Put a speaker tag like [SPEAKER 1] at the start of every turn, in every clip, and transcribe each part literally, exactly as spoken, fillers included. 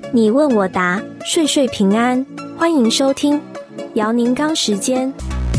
[SPEAKER 1] 你问我答，岁岁平安。欢迎收听姚宁刚时间。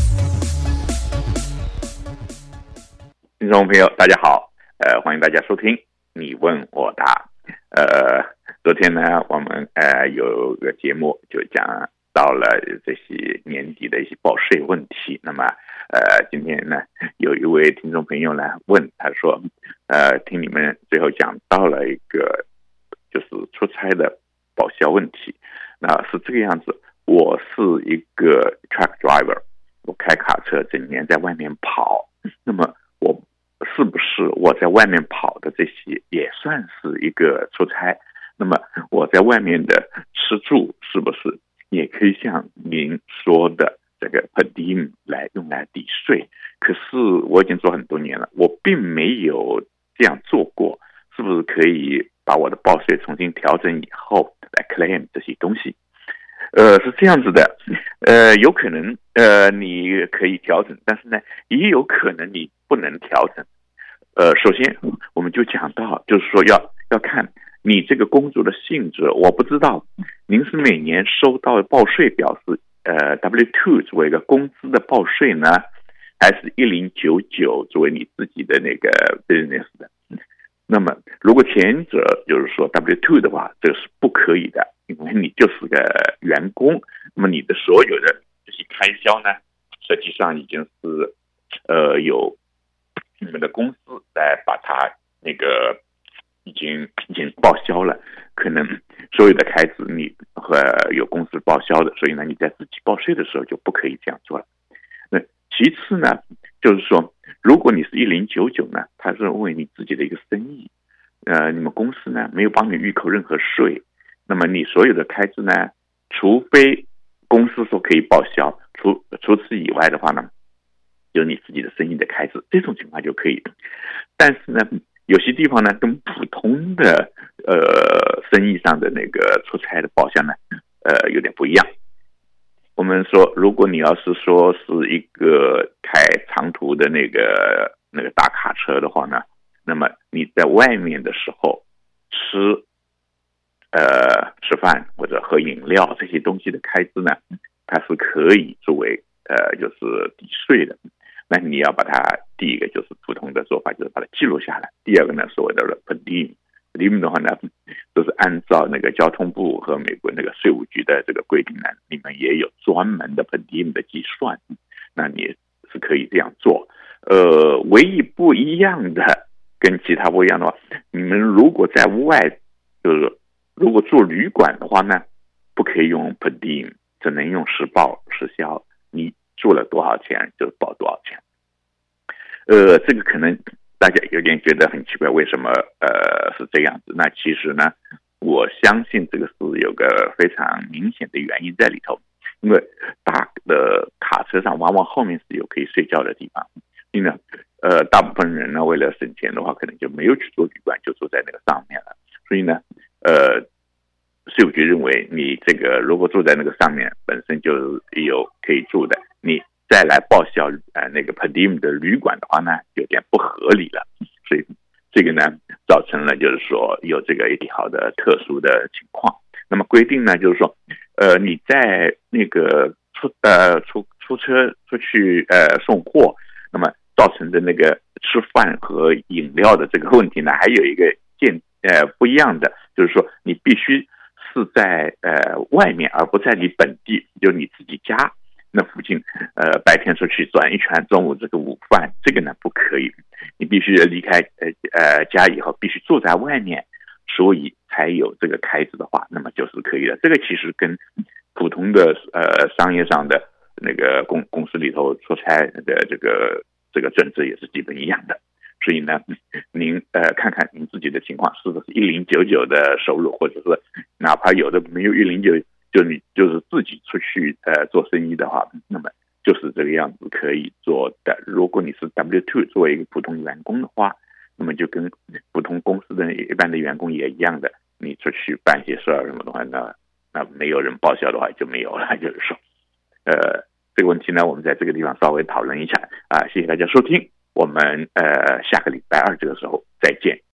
[SPEAKER 2] 听众朋友大家好，呃，欢迎大家收听你问我答。呃，昨天呢，我们呃有个节目就讲到了这些年底的一些报税问题。那么呃，今天呢，有一位听众朋友呢问，他说，呃，听你们最后讲到了一个就是出差的报销问题。那是这个样子，我是一个 truck driver， 我开卡车整年在外面跑，那么我是不是我在外面跑的这些也算是一个出差？那么我在外面的吃住是不是也可以像您说的这个 per diem 来用来抵税？可是我已经做很多年了，我并没有这样做过，是不是可以把我的报税重新调整以后来 claim 这些东西？呃，是这样子的，呃，有可能呃你可以调整，但是呢，也有可能你不能调整。呃，首先我们就讲到，就是说要要看你这个工作的性质。我不知道您是每年收到的报税表是呃 W 二 作为一个工资的报税呢，还是一零九九作为你自己的那个 business 的？那么如果前者就是说 W 二 的话，这个是不可以的，因为你就是个员工，那么你的所有的这些开销呢，实际上已经是呃有你们的公司来把它那个已经已经报销了，可能所有的开支你和有公司报销的，所以呢你在自己报税的时候就不可以这样做了。那其次呢，就是说如果你是一零九九呢，它是为你自己的一个生意，呃，你们公司呢没有帮你预扣任何税，那么你所有的开支呢，除非公司说可以报销，除除此以外的话呢，有你自己的生意的开支，这种情况就可以。但是呢，有些地方呢，跟普通的呃生意上的那个出差的报销呢，呃，有点不一样。我们说，如果你要是说是一个开长途的那个那个大卡车的话呢，那么你在外面的时候吃呃吃饭或者喝饮料这些东西的开支呢，它是可以作为呃就是抵税的。那你要把它，第一个就是普通的做法，就是把它记录下来。第二个呢，所谓的 per diem， per diem 的话呢，都是按照那个交通部和美国那个税务局的这个规定呢，你们也有专门的 per diem 的计算，那你是可以这样做。呃，唯一不一样的，跟其他不一样的话，你们如果在外，就是如果住旅馆的话呢，不可以用 per diem， 只能用实报实销。你住了多少钱就报多少钱。呃，这个可能大家有点觉得很奇怪，为什么呃是这样子？那其实呢，我相信这个是有个非常明显的原因在里头。因为大的卡车上往往后面是有可以睡觉的地方，所以呢，呃，大部分人呢为了省钱的话，可能就没有去住旅馆，就住在那个上面了。所以呢，呃。税务局认为你这个如果住在那个上面本身就有可以住的，你再来报销呃那个 per diem 的旅馆的话呢，有点不合理了。所以这个呢造成了就是说有这个一条的特殊的情况。那么规定呢就是说呃你在那个出呃出出车出去呃送货，那么造成的那个吃饭和饮料的这个问题呢，还有一个见呃不一样的，就是说你必须是在呃外面，而不在你本地，就你自己家那附近，呃白天出去转一圈，中午这个午饭这个呢不可以，你必须离开呃呃家以后必须住在外面，所以才有这个开支的话，那么就是可以的。这个其实跟普通的呃商业上的那个公公司里头出差的这个这个政策也是基本一样的。所以呢，您呃看看您自己的情况是不是一零九九的收入，或者是哪怕有的没有一零九，就你就是自己出去呃做生意的话，那么就是这个样子可以做的。如果你是 W 二 作为一个普通员工的话，那么就跟普通公司的一般的员工也一样的，你出去办些事儿什么的话，那那没有人报销的话就没有了，就是说，呃，这个问题呢，我们在这个地方稍微讨论一下啊，谢谢大家收听。我们呃下个礼拜二这个时候再见。